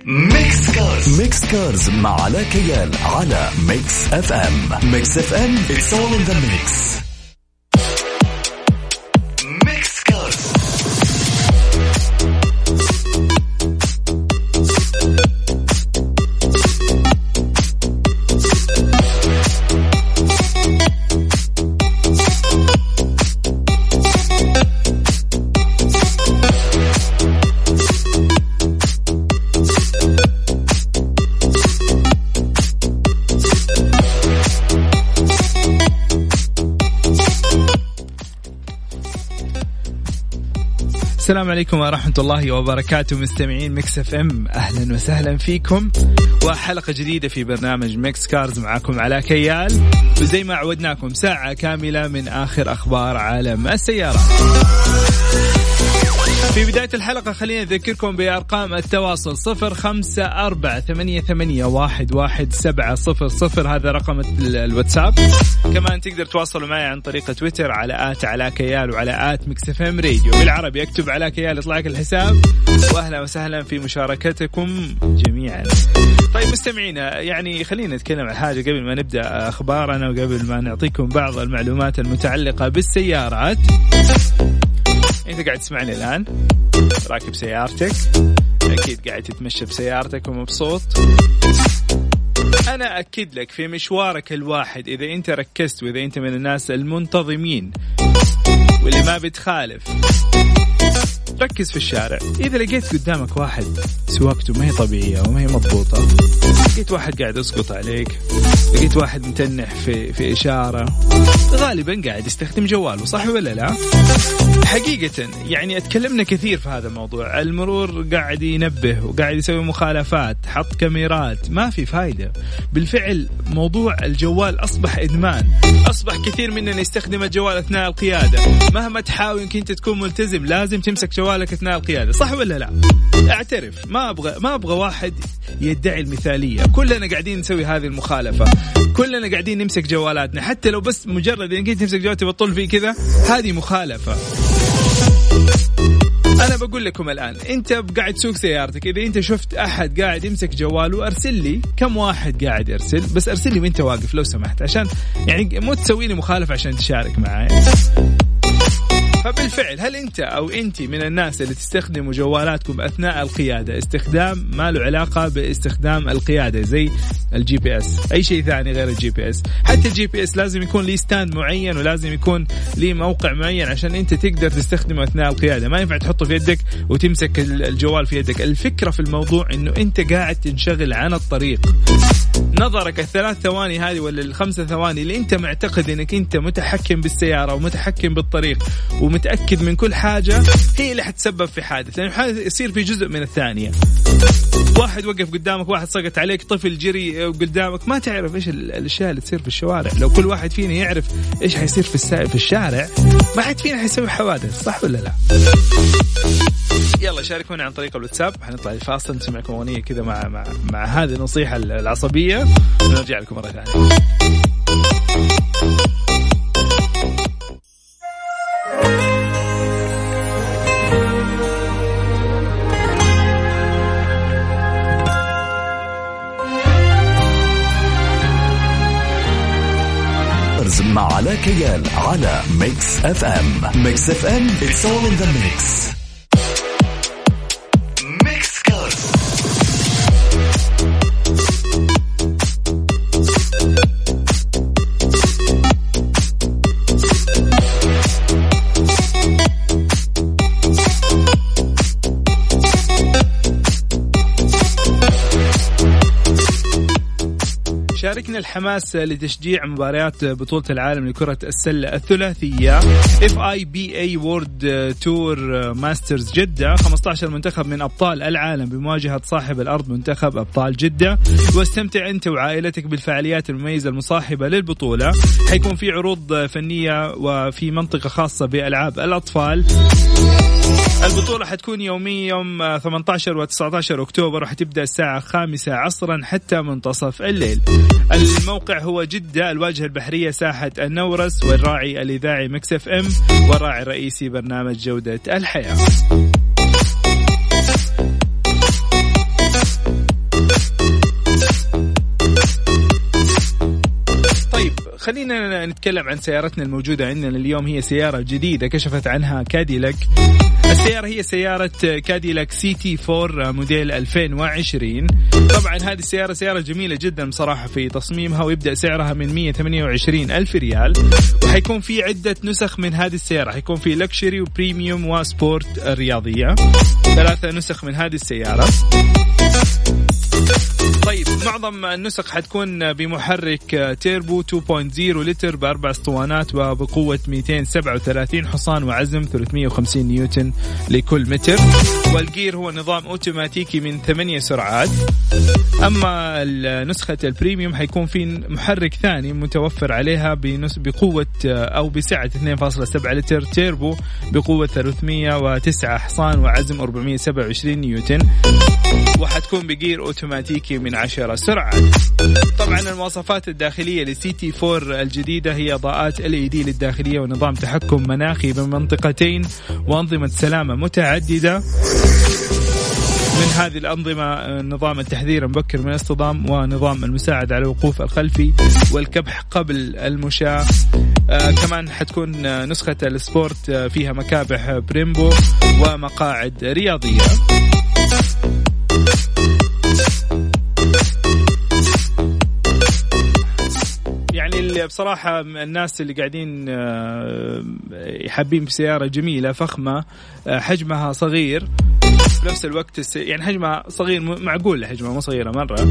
ميكس كارز مع علاء كيال على ميكس اف ام. ميكس اف ام it's all in the mix. ميكس كارز. السلام عليكم ورحمة الله وبركاته مستمعين ميكس اف ام، أهلا وسهلا فيكم وحلقة جديدة في برنامج ميكس كارز. معكم علاء كيال، وزي ما عودناكم ساعة كاملة من آخر أخبار عالم السيارات. في بداية الحلقة خلينا نذكركم بأرقام التواصل 0548811700، هذا رقم الواتساب. كمان تقدر تواصلوا معي عن طريق تويتر على علاء كيال وعلى ميكس اف ام راديو بالعربي. اكتب علاء كيال يطلع لك الحساب، واهلا وسهلا في مشاركتكم جميعا. طيب مستمعينا، يعني خلينا نتكلم عن حاجة قبل ما نبدأ أخبارنا وقبل ما نعطيكم بعض المعلومات المتعلقة بالسيارات. انت قاعد تسمعني الآن راكب سيارتك، اكيد قاعد تتمشى بسيارتك ومبسوط. انا اكد لك في مشوارك الواحد، اذا انت ركزت واذا انت من الناس المنتظمين واللي ما بتخالف، ركز في الشارع. إذا لقيت قدامك واحد سواقته ما هي طبيعية وما هي مضبوطة، لقيت واحد قاعد يسقط عليك، لقيت واحد متنح في إشارة، غالبا قاعد يستخدم جواله، صح ولا لا؟ حقيقة يعني اتكلمنا كثير في هذا الموضوع. المرور قاعد ينبه وقاعد يسوي مخالفات، حط كاميرات، ما في فايدة. بالفعل موضوع الجوال أصبح إدمان، أصبح كثير مننا يستخدم الجوال أثناء القيادة. مهما تحاول إنك أنت تكون ملتزم لازم تمسك جوالك أثناء القيادة، صح ولا لا؟ اعترف، ما أبغى واحد يدعي المثالية. كلنا قاعدين نسوي هذه المخالفة، كلنا قاعدين نمسك جوالاتنا، حتى لو بس مجرد إنك أنت تمسك جوالك تبطل فيه كذا، هذه مخالفة. أنا بقول لكم الآن، أنت قاعد تسوق سيارتك، إذا أنت شفت أحد قاعد يمسك جواله أرسل لي كم واحد قاعد يرسل، بس أرسل لي وأنت واقف لو سمحت، عشان يعني مو تسوي لي مخالفة عشان تشارك معي. فبالفعل هل أنت أو أنت من الناس اللي تستخدموا جوالاتكم أثناء القيادة استخدام ما له علاقة باستخدام القيادة زي الجي بي اس، أي شيء ثاني غير الجي بي اس؟ حتى الجي بي اس لازم يكون ليه ستاند معين ولازم يكون ليه موقع معين عشان أنت تقدر تستخدمه أثناء القيادة. ما ينفع تحطه في يدك وتمسك الجوال في يدك. الفكرة في الموضوع إنه أنت قاعد تنشغل عن الطريق. نظرك الثلاث ثواني هذه ولا الخمسة ثواني اللي أنت معتقد إنك أنت متحكم بالسيارة ومتحكم بالطريق ومتأكد من كل حاجة، هي اللي حتسبب في حادث، لأن الحادث يصير في جزء من الثانية. واحد وقف قدامك، واحد سقط عليك، طفل جري قدامك، ما تعرف إيش الأشياء اللي تصير في الشوارع. لو كل واحد فينا يعرف إيش حيصير في الشارع، ما حد فينا حيسوي حوادث، صح ولا لا؟ يلا شاركونا عن طريق الواتساب. حنطلع الفاصل نسمعكم أغنية كذا مع هذه النصيحة العصبية ونرجع لكم مرة ثانية. مع علاء كيال على ميكس اف ام. ميكس اف ام it's all in the mix. ميكس كارز. شاركنا الحماس لتشجيع مباريات بطولة العالم لكرة السلة الثلاثية FIBA World Tour Masters جدة. 15 منتخب من أبطال العالم بمواجهة صاحب الأرض منتخب أبطال جدة. واستمتع أنت وعائلتك بالفعاليات المميزة المصاحبة للبطولة. حيكون في عروض فنية وفي منطقة خاصة بألعاب الأطفال. البطولة حتكون يوميا يوم 18 و 19 أكتوبر، وحتبدأ الساعة 5 عصرا حتى منتصف الليل. الموقع هو جدة، الواجهة البحرية ساحة النورس، والراعي الإذاعي ميكس اف ام، والراعي الرئيسي برنامج جودة الحياة. خلينا نتكلم عن سيارتنا الموجودة عندنا اليوم. هي سيارة جديدة كشفت عنها كاديلاك. السيارة هي سيارة كاديلاك CT4 موديل 2020. طبعا هذه السيارة سيارة جميلة جدا بصراحة في تصميمها، ويبدأ سعرها من 128 ألف ريال. وحيكون في عدة نسخ من هذه السيارة، حيكون في لكشري وبريميوم وسبورت الرياضية، 3 نسخ من هذه السيارة. طيب معظم النسخ حتكون بمحرك تيربو 2.0 لتر ب4 اسطوانات وبقوة 237 حصان وعزم 350 نيوتن لكل متر. والجير هو نظام اوتوماتيكي من 8 سرعات. أما نسخة البريميوم حيكون في محرك ثاني متوفر عليها بقوة أو بسعة 2.7 لتر تيربو بقوة 309 حصان وعزم 427 نيوتن، وحتكون بجير اوتوماتيكي من 10 سرعات. طبعا المواصفات الداخلية لCT4 الجديدة هي إضاءات LED للداخلية ونظام تحكم مناخي بمنطقتين وأنظمة سلامة متعددة. من هذه الأنظمة نظام التحذير المبكر من الاصطدام ونظام المساعدة على الوقوف الخلفي والكبح قبل المشاة. كمان حتكون نسخة السبورت فيها مكابح بريمبو ومقاعد رياضية. يعني بصراحة الناس اللي قاعدين يحبين بسيارة جميلة فخمة حجمها صغير في نفس الوقت، يعني حجمها صغير معقول، حجمها مو صغيرة مرة،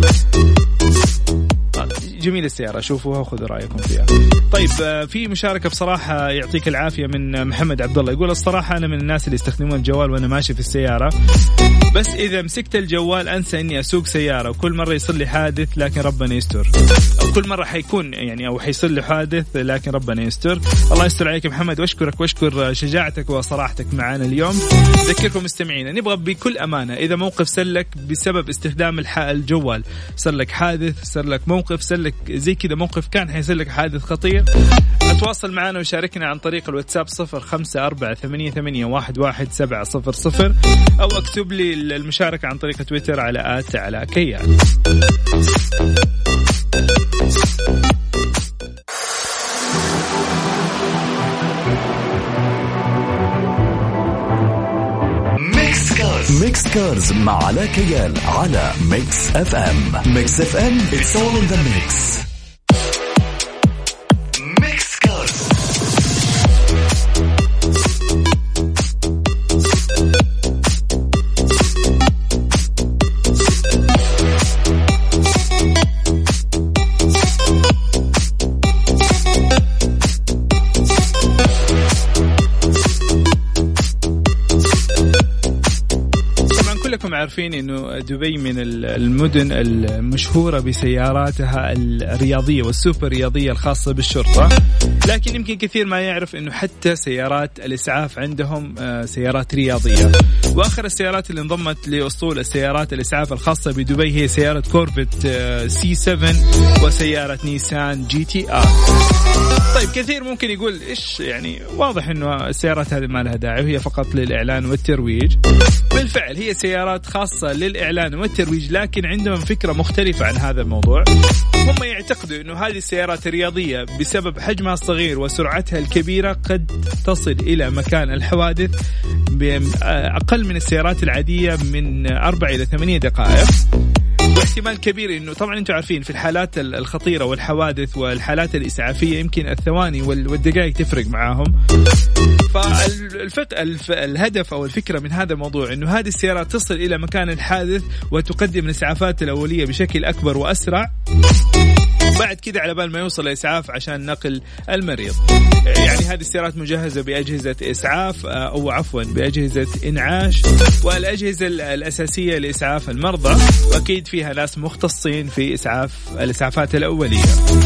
جميلة السيارة، شوفوها وخذوا رأيكم فيها. طيب في مشاركة بصراحة يعطيك العافية من محمد عبد الله، يقول الصراحة أنا من الناس اللي يستخدمون الجوال وأنا ماشي في السيارة، بس إذا مسكت الجوال أنسى إني أسوق سيارة، وكل مرة يصير لي حادث لكن ربنا يستر، أو كل مرة حيكون يعني أو حيصير لي حادث لكن ربنا يستر. الله يستر عليك محمد، وأشكرك وأشكر شجاعتك وصراحتك معنا اليوم. ذكركم مستمعين نبغى بكل أمانة إذا موقف سلك بسبب استخدام الجوال، صار لك حادث، صار لك موقف، صار لك زي كذا موقف كان حيصير لك حادث خطير، اتواصل معنا وشاركنا عن طريق الواتساب 0548811700 أو اكتب لي المشاركة عن طريق تويتر على @علاءكيان. ميكس كارز مع علاء كيان على ميكس اف ام. ميكس اف ام it's all in the mix. ميكس كارز. كلكم عارفين إنه دبي من المدن المشهورة بسياراتها الرياضية والسوبر رياضية الخاصة بالشرطة، لكن يمكن كثير ما يعرف إنه حتى سيارات الإسعاف عندهم سيارات رياضية. وآخر السيارات اللي انضمت لأسطول السيارات الإسعاف الخاصة بدبي هي سيارة كورفت C7 وسيارة نيسان GTR. طيب كثير ممكن يقول إيش يعني، واضح إنه السيارات هذه ما لها داعي وهي فقط للإعلان والترويج. بالفعل هي سيارات خاصة للإعلان والترويج، لكن عندهم فكرة مختلفة عن هذا الموضوع. هم يعتقدوا إنه هذه السيارات الرياضية بسبب حجمها الصغير وسرعتها الكبيرة قد تصل إلى مكان الحوادث بأقل من السيارات العادية من 4 إلى 8 دقائق. واحتمال كبير إنه طبعا أنتم عارفين في الحالات الخطيرة والحوادث والحالات الإسعافية يمكن الثواني والدقائق تفرق معاهم. فالهدف أو الفكرة من هذا الموضوع إنه هذه السيارات تصل إلى مكان الحادث وتقدم الإسعافات الأولية بشكل أكبر وأسرع، بعد كده على بال ما يوصل الإسعاف عشان نقل المريض. يعني هذه السيارات مجهزة بأجهزة إسعاف أو عفوا بأجهزة إنعاش والأجهزة الأساسية لإسعاف المرضى، وأكيد فيها ناس مختصين في الإسعافات الأولية.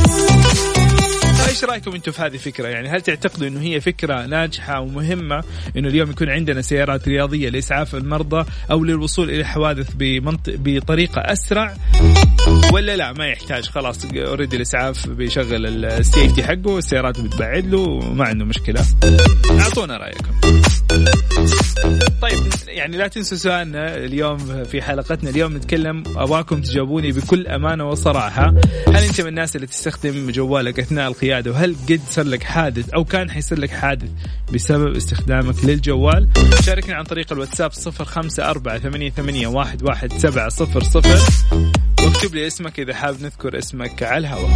ايش رايكم انتم في هذه الفكره؟ يعني هل تعتقدوا انه هي فكره ناجحه ومهمه انه اليوم يكون عندنا سيارات رياضيه لاسعاف المرضى او للوصول الى الحوادث بطريقه اسرع، ولا لا ما يحتاج خلاص اوريدي الاسعاف بيشغل السيفتي حقه والسيارات بتبعد له وما عنده مشكله؟ اعطونا رايكم. طيب يعني لا تنسوا سؤالنا اليوم في حلقتنا اليوم، نتكلم أباكم تجاوبوني بكل أمانة وصراحة. هل أنت من الناس اللي تستخدم جوالك أثناء القيادة؟ وهل قد صار لك حادث أو كان حيصير لك حادث بسبب استخدامك للجوال؟ شاركني عن طريق الواتساب 0548811700 واكتب لي اسمك إذا حاب نذكر اسمك على الهواء.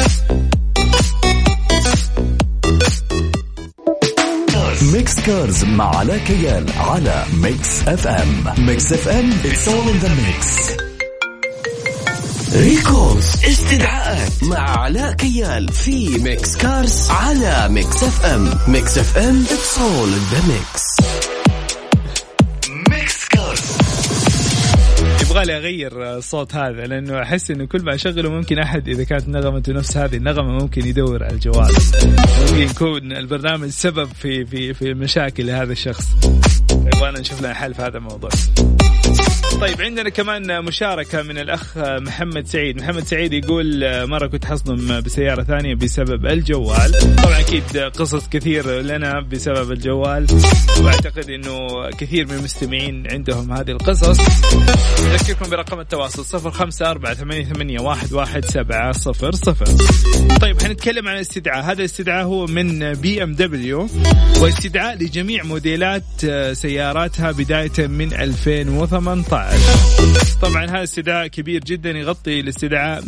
ميكس كارز مع علاء كيال على ميكس اف ام. ميكس اف ام it's all in the mix. ريكولز استدعاءات مع علاء كيال في ميكس كارز على ميكس اف ام. ميكس اف ام it's all in the mix. ميكس كارز. يبغالي أغير الصوت هذا لأنه أحس إنه كل ما أشغله ممكن أحد إذا كانت نغمته نفس هذه النغمة ممكن يدور على الجوال، ممكن يكون البرنامج سبب في مشاكل لهذا الشخص. يبغانا نشوف لنا حل في هذا الموضوع. طيب عندنا كمان مشاركة من الأخ محمد سعيد. محمد سعيد يقول مرة كنت حصدم بسيارة ثانية بسبب الجوال. طبعا أكيد قصص كثير لنا بسبب الجوال، وأعتقد أنه كثير من المستمعين عندهم هذه القصص. أذكركم برقم التواصل 0548811700. طيب حنتكلم عن الاستدعاء. هذا الاستدعاء هو من BMW، واستدعاء لجميع موديلات سياراتها بداية من 2018. طبعا هذا استدعاء كبير جدا، يغطي الاستدعاء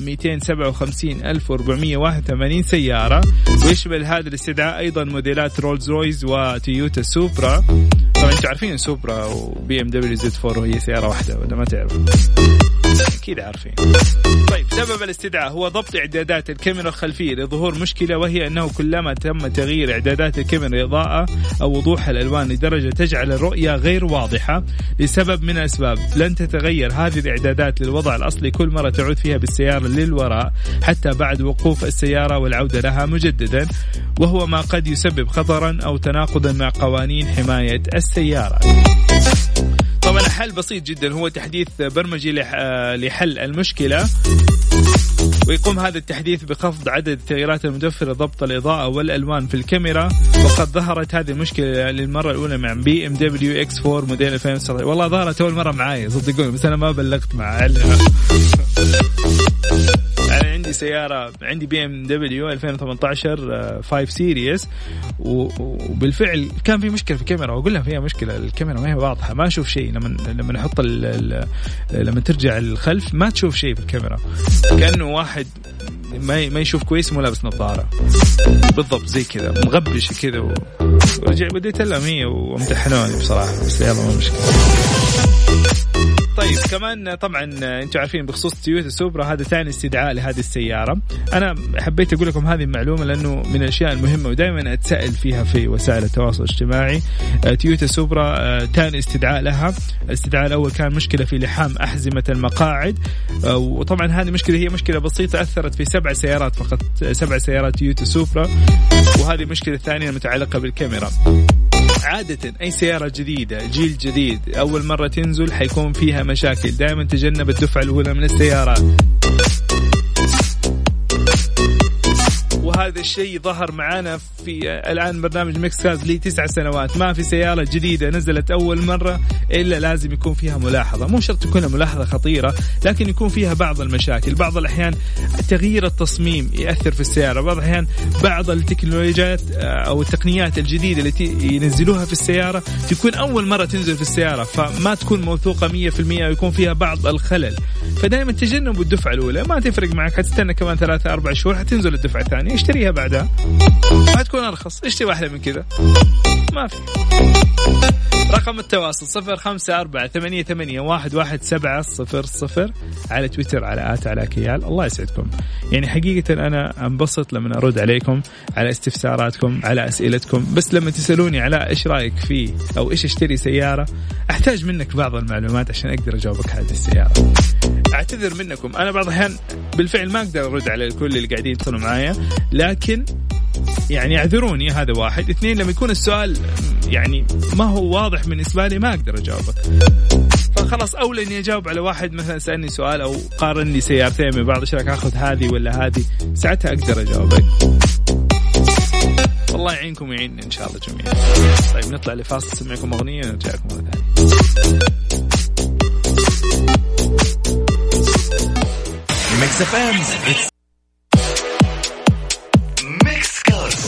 257,481 سيارة، ويشمل هذا الاستدعاء أيضا موديلات رولز رويز وتويوتا سوبرا. طبعا انتم عارفين سوبرا وبي ام دبليو زد 4 وهي سيارة واحدة ولا ما تعرفوا؟ أكيد عارفين. طيب سبب الاستدعاء هو ضبط إعدادات الكاميرا الخلفية لظهور مشكلة، وهي أنه كلما تم تغيير إعدادات الكاميرا إضاءة أو وضوح الألوان لدرجة تجعل الرؤية غير واضحة لسبب من الأسباب، لن تتغير هذه الإعدادات للوضع الأصلي كل مرة تعود فيها بالسيارة للوراء حتى بعد وقوف السيارة والعودة لها مجددا، وهو ما قد يسبب خطرا أو تناقضا مع قوانين حماية السيارة. طبعا حل بسيط جدا هو تحديث برمجي لحل المشكلة، ويقوم هذا التحديث بخفض عدد التغييرات المتوفرة ضبط الإضاءة والألوان في الكاميرا. وقد ظهرت هذه المشكلة للمرة الأولى مع BMW X4 موديل 2019. والله ظهرت أول مرة معايا صدقوني، بس أنا ما بلغت مع علها. أنا عندي سيارة، عندي BMW 2018 5 سيريس، وبالفعل كان في مشكلة في الكاميرا، وأقول لها فيها مشكلة، الكاميرا ما هي واضحة، ما أشوف شيء لما نحط لما ترجع الخلف ما تشوف شيء في الكاميرا، كأنه واحد ما يشوف كويس مو لابس نظارة بالضبط زي كذا مغبش كذا. ورجع بديت ألمية وامتحنوني بصراحة، بس يلا ما مشكلة. طيب كمان طبعا انتم عارفين بخصوص تويوتا سوبرا هذا ثاني استدعاء لهذه السيارة. انا حبيت اقول لكم هذه المعلومة لانه من الاشياء المهمة ودائما اتسأل فيها في وسائل التواصل الاجتماعي. تويوتا سوبرا ثاني استدعاء لها. الاستدعاء الاول كان مشكلة في لحام احزمة المقاعد، وطبعا هذه مشكلة هي مشكلة بسيطة اثرت في 7 سيارات فقط، 7 سيارات تويوتا سوبرا، وهذه المشكلة الثانية المتعلقة بالكاميرا. عادة أي سيارة جديدة جيل جديد أول مرة تنزل حيكون فيها مشاكل، دائما تجنب الدفعة الأولى من السيارات، وهذا الشيء ظهر معنا في الآن برنامج ميكس كارز لي 9 سنوات. ما في سيارة جديدة نزلت أول مرة إلا لازم يكون فيها ملاحظة، مو شرط تكون ملاحظة خطيرة، لكن يكون فيها بعض المشاكل. بعض الأحيان تغيير التصميم يأثر في السيارة، بعض الأحيان بعض التكنولوجيات أو التقنيات الجديدة التي ينزلوها في السيارة تكون أول مرة تنزل في السيارة، فما تكون موثوقة 100% ويكون فيها بعض الخلل. فدائما تجنبوا الدفعة الأولى، ما تفرق معك، هتستنى كمان 3-4 شهور هتنزل الدفعة الثانية، اشتريها بعدها هتكون أرخص. اشتري واحدة من كذا ما في. رقم التواصل 0548811700 على تويتر على @علاكيال. الله يسعدكم، يعني حقيقة أنا أنبسط لما أرد عليكم على استفساراتكم على أسئلتكم، بس لما تسألوني على إيش رأيك فيه أو إيش اشتري سيارة أحتاج منك بعض المعلومات عشان أقدر أجاوبك هذه السيارة. أعتذر منكم، أنا بعض الأحيان بالفعل ما أقدر أرد على الكل اللي قاعدين يتصلوا معايا، لكن يعني اعذروني. هذا واحد. 2 لما يكون السؤال يعني ما هو واضح بالنسبة لي ما أقدر أجاوبك، فخلاص أولى إني أجاوب على واحد مثلا سألني سؤال أو قارن لي سيارتين من بعض، إيش رأيك أخذ هذه ولا هذه، ساعتها أقدر أجاوبك. والله يعينكم ويعين إن شاء الله جميعا. طيب نطلع لفاصل نسمعكم أغنية ونرجع لكم مرة ثانية. ميكس اف ام ميكس كارز.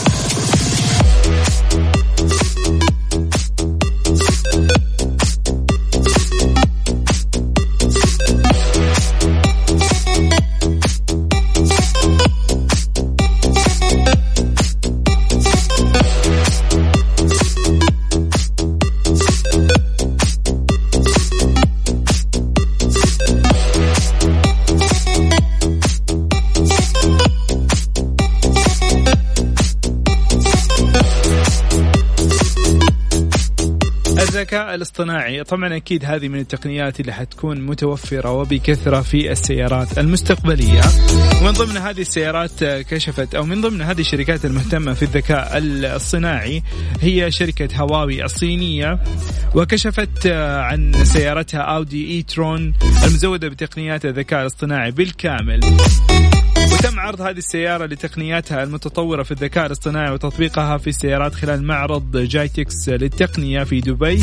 الذكاء الاصطناعي طبعا أكيد هذه من التقنيات اللي حتكون متوفرة وبكثرة في السيارات المستقبلية. ومن ضمن هذه السيارات كشفت أو من ضمن هذه الشركات المهتمة في الذكاء الصناعي هي شركة هواوي الصينية، وكشفت عن سيارتها أودي إي-ترون المزودة بتقنيات الذكاء الاصطناعي بالكامل. وتم عرض هذه السيارة لتقنياتها المتطورة في الذكاء الاصطناعي وتطبيقها في السيارات خلال معرض جايتكس للتقنية في دبي.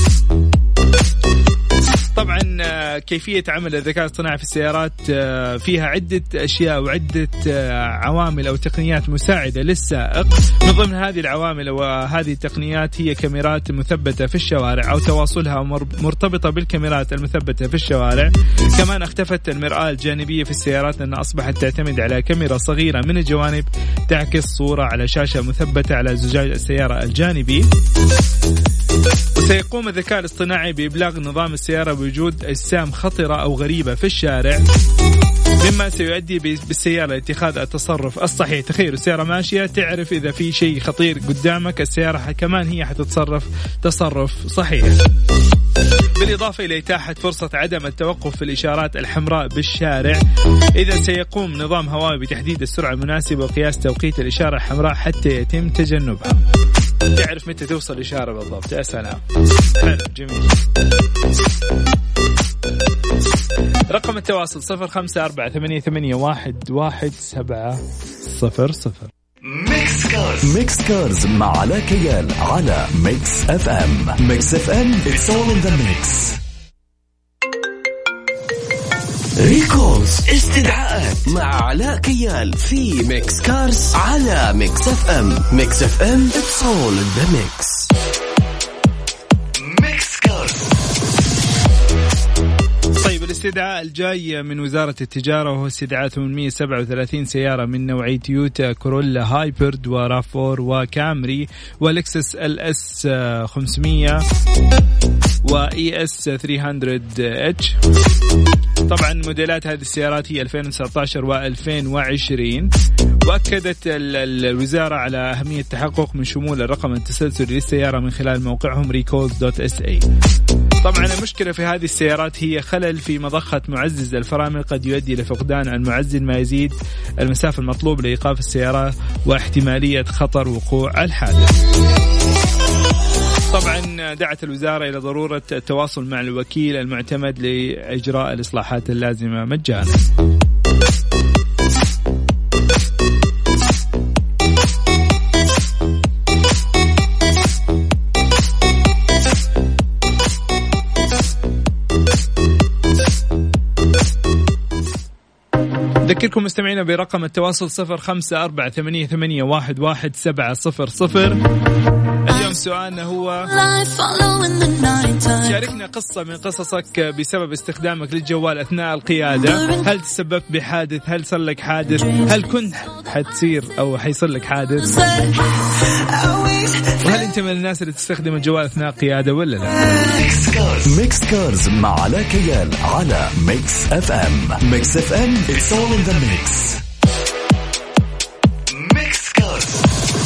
طبعا كيفية عمل الذكاء الاصطناعي في السيارات فيها عدة أشياء وعدة عوامل أو تقنيات مساعدة للسائق. من ضمن هذه العوامل وهذه التقنيات هي كاميرات مثبتة في الشوارع أو تواصلها مرتبطة بالكاميرات المثبتة في الشوارع. كمان اختفت المرآة الجانبية في السيارات لأنها أصبحت تعتمد على كاميرا صغيرة من الجوانب تعكس صورة على شاشة مثبتة على زجاج السيارة الجانبي. وسيقوم الذكاء الاصطناعي بإبلاغ نظام السيارة بوجود أجسام خطرة أو غريبة في الشارع، مما سيؤدي بالسيارة لاتخاذ التصرف الصحيح. تخيل السيارة ماشية تعرف إذا في شيء خطير قدامك، السيارة كمان هي حتتصرف تصرف صحيح. بالإضافة إلى إتاحة فرصة عدم التوقف في الإشارات الحمراء بالشارع. إذا سيقوم نظام هواوي بتحديد السرعة المناسبة وقياس توقيت الإشارة الحمراء حتى يتم تجنبها. تعرف متى توصل إشارة بالضبط. يا سلام، حلو جميل. رقم التواصل 0548811700. ميكس كارز مع علاء كيال على ميكس اف ام. ميكس اف ام it's all in the mix. ريكولز استدعاءات مع علاء كيال في ميكس كارز على ميكس اف ام. ميكس اف ام it's all in the mix. ميكس كارز. طيب الاستدعاء الجاي من وزارة التجارة وهو استدعاء 837 سيارة من نوعية تويوتا كورولا هايبرد ورافور وكامري ولكسس LS 500 وES 300H. طبعا موديلات هذه السيارات هي 2019 و2020. وأكدت الوزارة على أهمية التحقق من شمول الرقم التسلسلي للسيارة من خلال موقعهم recalls.sa. طبعا المشكلة في هذه السيارات هي خلل في مضخة معزز الفرامل قد يؤدي لفقدان المعزز ما يزيد المسافة المطلوب لإيقاف السيارة واحتمالية خطر وقوع الحادث. طبعا دعت الوزارة إلى ضرورة التواصل مع الوكيل المعتمد لإجراء الإصلاحات اللازمة مجانا. ذكركم مستمعينا برقم التواصل 0548811700. اليوم سؤالنا هو شاركنا قصة من قصصك بسبب استخدامك للجوال أثناء القيادة. هل تسببت بحادث؟ هل صار لك حادث؟ هل كنت حتصير أو حيصير لك حادث؟ وهل أنت من الناس اللي تستخدم الجوال أثناء قيادة ولا لا؟ ميكس كارز مع علاء كيال على ميكس اف ام. ميكس اف ام it's all in the mix. ميكس كارز.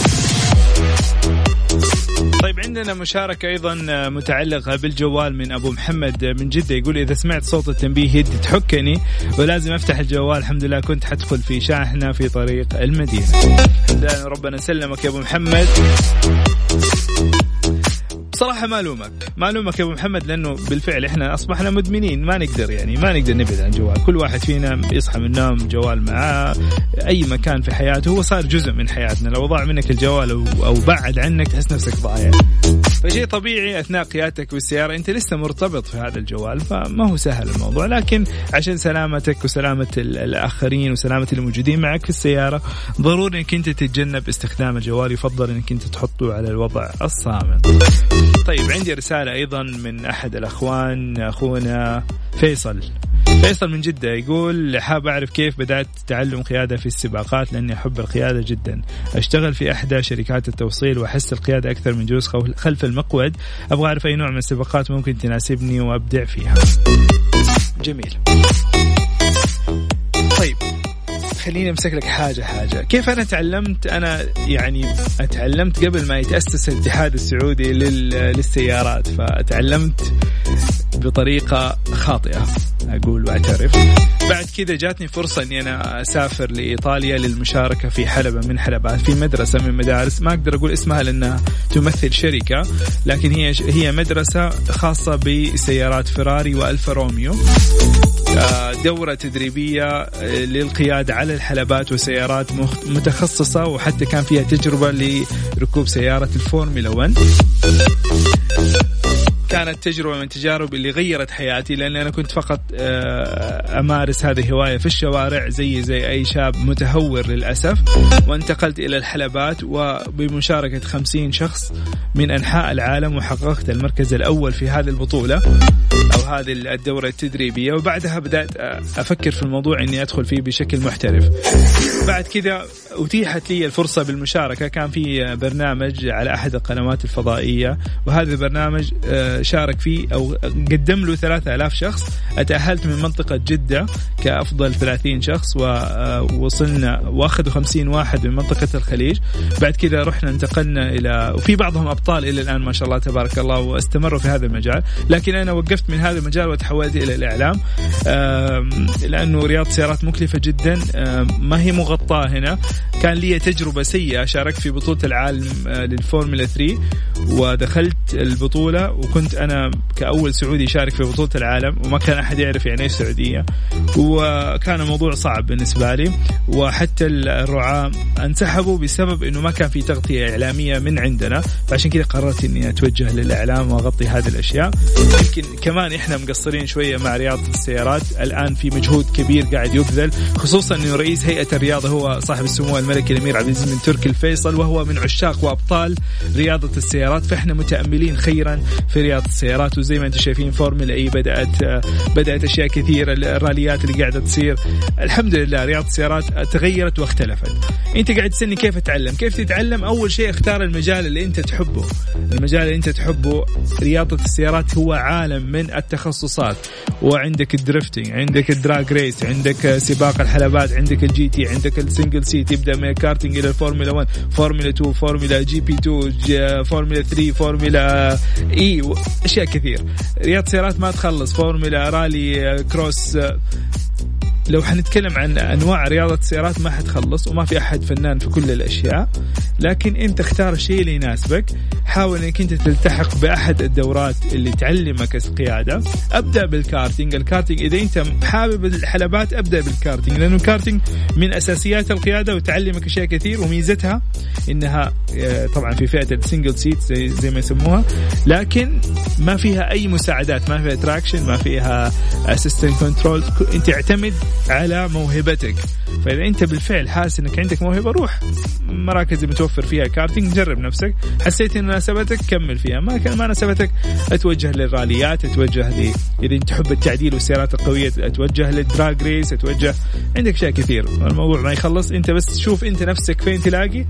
طيب عندنا مشاركة أيضا متعلقة بالجوال من أبو محمد من جدة. يقول إذا سمعت صوت التنبيه يدي تحكني ولازم أفتح الجوال. الحمد لله كنت حدخل في شاحنة في طريق المدينة. الحمد لله ربنا سلمك يا أبو محمد. بصراحة ما لومك يا أبو محمد، لأنه بالفعل إحنا أصبحنا مدمنين، ما نقدر نبعد عن جوال. كل واحد فينا يصحى من النوم جوال معاه، أي مكان في حياته هو صار جزء من حياتنا. لو ضاع منك الجوال أو بعد عنك تحس نفسك ضايع. فشيء طبيعي أثناء قيادتك بالسيارة أنت لسه مرتبط في هذا الجوال، فما هو سهل الموضوع. لكن عشان سلامتك وسلامة الآخرين وسلامة الموجودين معك في السيارة ضروري أنك أنت تتجنب استخدام الجوال، يفضل أنك أنت تحطه على الوضع الصامت. طيب عندي رسالة أيضا من أحد الأخوان، أخونا فيصل من جدة، يقول حاب أعرف كيف بدأت تعلم قيادة في السباقات، لأني أحب القيادة جدا. أشتغل في إحدى شركات التوصيل وأحس القيادة أكثر من جلوس خلف المقود. أبغى أعرف أي نوع من السباقات ممكن تناسبني وأبدع فيها. جميل. طيب خليني أمسك لك حاجة. كيف أنا تعلمت؟ أنا يعني أتعلمت قبل ما يتأسس الاتحاد السعودي للسيارات، فأتعلمت بطريقة خاطئة أقول وأعترف. بعد كده جاتني فرصة أني أنا أسافر لإيطاليا للمشاركة في حلبة من حلبات في مدرسة من مدارس، ما أقدر أقول اسمها لأنها تمثل شركة، لكن هي مدرسة خاصة بسيارات فيراري وألفا روميو، دورة تدريبية للقيادة على الحلبات وسيارات متخصصة، وحتى كان فيها تجربة لركوب سيارة الفورمولا 1. كانت تجربة من التجارب اللي غيرت حياتي، لأن أنا كنت فقط أمارس هذه هواية في الشوارع زي أي شاب متهور للأسف، وانتقلت إلى الحلبات وبمشاركة 50 شخص من أنحاء العالم، وحققت المركز الأول في هذه البطولة أو هذه الدورة التدريبية. وبعدها بدأت أفكر في الموضوع أني أدخل فيه بشكل محترف. بعد كذا أتيحت لي الفرصة بالمشاركة، كان في برنامج على أحد القنوات الفضائية، وهذا البرنامج شارك فيه أو قدم له 3000 شخص. أتأهلت من منطقة جدة كأفضل 30 شخص، ووصلنا وأخذوا 50 واحد من منطقة الخليج. بعد كذا رحنا انتقلنا إلى، وفي بعضهم أبطال إلى الآن ما شاء الله تبارك الله واستمروا في هذا المجال، لكن أنا وقفت من هذا المجال وتحولت إلى الإعلام، لأنه رياضة سيارات مكلفة جدا، ما هي مغطاة هنا. كان لي تجربة سيئة، شاركت في بطولة العالم للفورمولا 3 ودخلت البطولة، وكنت أنا كأول سعودي يشارك في بطولة العالم، وما كان أحد يعرف يعني إيش السعودية، وكان الموضوع صعب بالنسبة لي. وحتى الرعاة انسحبوا بسبب إنه ما كان في تغطية إعلامية من عندنا، فعشان كده قررت إني أتوجه للإعلام وأغطي هذه الأشياء. يمكن كمان إحنا مقصرين شوية مع رياضة السيارات، الآن في مجهود كبير قاعد يبذل، خصوصا إنه رئيس هيئة الرياضة هو صاحب السمو الملكي الأمير عبد العزيز بن تركي الفيصل، وهو من عشاق وأبطال رياضة السيارات. فإحنا متأملين خيرا في رياضة السيارات، وزي ما انتم شايفين فورمولا اي بدأت أشياء كثيرة، الراليات اللي قاعدة تصير، الحمد لله رياضة السيارات تغيرت واختلفت. انت قاعد تسألني كيف تتعلم؟ أول شيء اختار المجال اللي انت تحبه. المجال اللي انت تحبه رياضة السيارات هو عالم من التخصصات، وعندك الدريفتنج، عندك الدراج ريس، عندك سباق الحلبات، عندك الجي تي، عندك السنجل سيت، يبدأ من الكارتينج إلى الفورمولا 1، فورمولا 2، فورمولا جي بي 2، فورمولا 3، فورمولا اي، اشياء كثير. رياضة السيارات ما تخلص، فورمولا، رالي، كروس. لو حنتكلم عن أنواع رياضة السيارات ما حتخلص، وما في أحد فنان في كل الأشياء. لكن أنت اختار الشيء اللي يناسبك، حاول أنك أنت تلتحق بأحد الدورات اللي تعلمك القيادة. أبدأ بالكارتينج. الكارتينج إذا أنت حابب الحلبات أبدأ بالكارتينج، لأنه الكارتينج من أساسيات القيادة وتعلمك أشياء كثير، وميزتها إنها طبعا في فئة السنجل سيت زي ما يسموها، لكن ما فيها أي مساعدات، ما فيها تراكشن، ما فيها أسيستنت كنترول. أنت اعتمد على موهبتك. فإذا أنت بالفعل حاسس أنك عندك موهبة، روح مراكز متوفر فيها كارتينج، جرب نفسك، حسيت أن ناسبتك كمل فيها، ما ناسبتك أتوجه للراليات، أتوجه إذا أنت تحب التعديل والسيارات القوية أتوجه للدراج ريس، عندك شيء كثير. الموضوع ما يخلص، أنت بس شوف أنت نفسك فين تلاقي،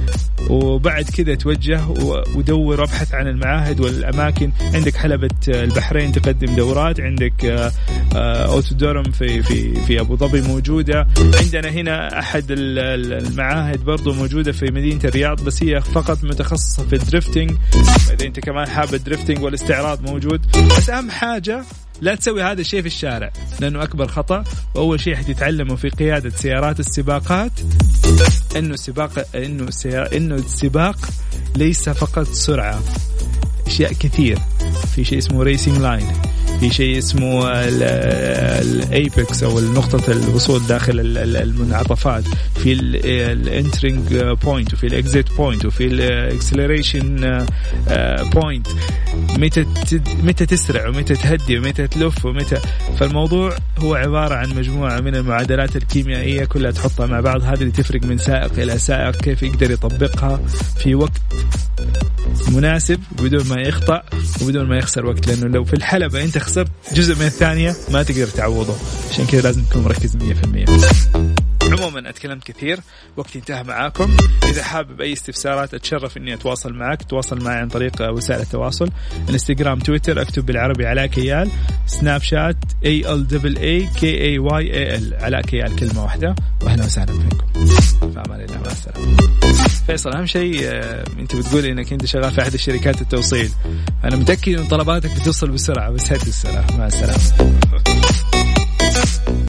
وبعد كده توجه ودور وابحث عن المعاهد والأماكن. عندك حلبة البحرين تقدم دورات، عندك أوتودورم في أبو ظبي موجودة، عندنا هنا أحد المعاهد برضو موجودة في مدينة الرياض، بس هي فقط متخصصة في الدريفتنج. إذا أنت كمان حاب الدريفتنج والاستعراض موجود. بس أهم حاجة لا تسوي هذا الشيء في الشارع، لأنه أكبر خطأ. وأول شيء حتتعلمه في قيادة سيارات السباقات إنه السباق ليس فقط سرعة. أشياء كثير. في شيء اسمه ريسينج لاين، في شيء اسمه الايبكس او نقطة الوصول داخل المنعطفات، في الانترينج بوينت، وفي الاكزيت بوينت، وفي الاكسلريشن بوينت، متى تسرع ومتى تهدي ومتى تلف ومتى. فالموضوع هو عبارة عن مجموعة من المعادلات الكيميائية كلها تحطها مع بعض، هذه اللي تفرق من سائق إلى سائق، كيف يقدر يطبقها في وقت مناسب بدون ما يخطأ وبدون ما يخسر وقت. لأنه لو في الحلبة أنت خسرت جزء من الثانية ما تقدر تعوضه، عشان كذا لازم تكون مركز 100%. عموما أتكلمت كثير، وقتي انتهى معاكم. إذا حابب أي استفسارات أتشرف إني أتواصل معك، تواصل معي عن طريق وسائل التواصل، انستغرام، تويتر اكتب بالعربي علاء كيال، سناب شات ALAAKAYAL علاء كيال كلمة واحدة. وأهلا وسهلا فيكم، فأمان الله، مع السلامة. فيصل، أهم شيء أنت بتقول إنك أنت شغال في أحد الشركات التوصيل، أنا متأكد إن طلباتك بتوصل بسرعة، بس هات السلام، مع السلامة.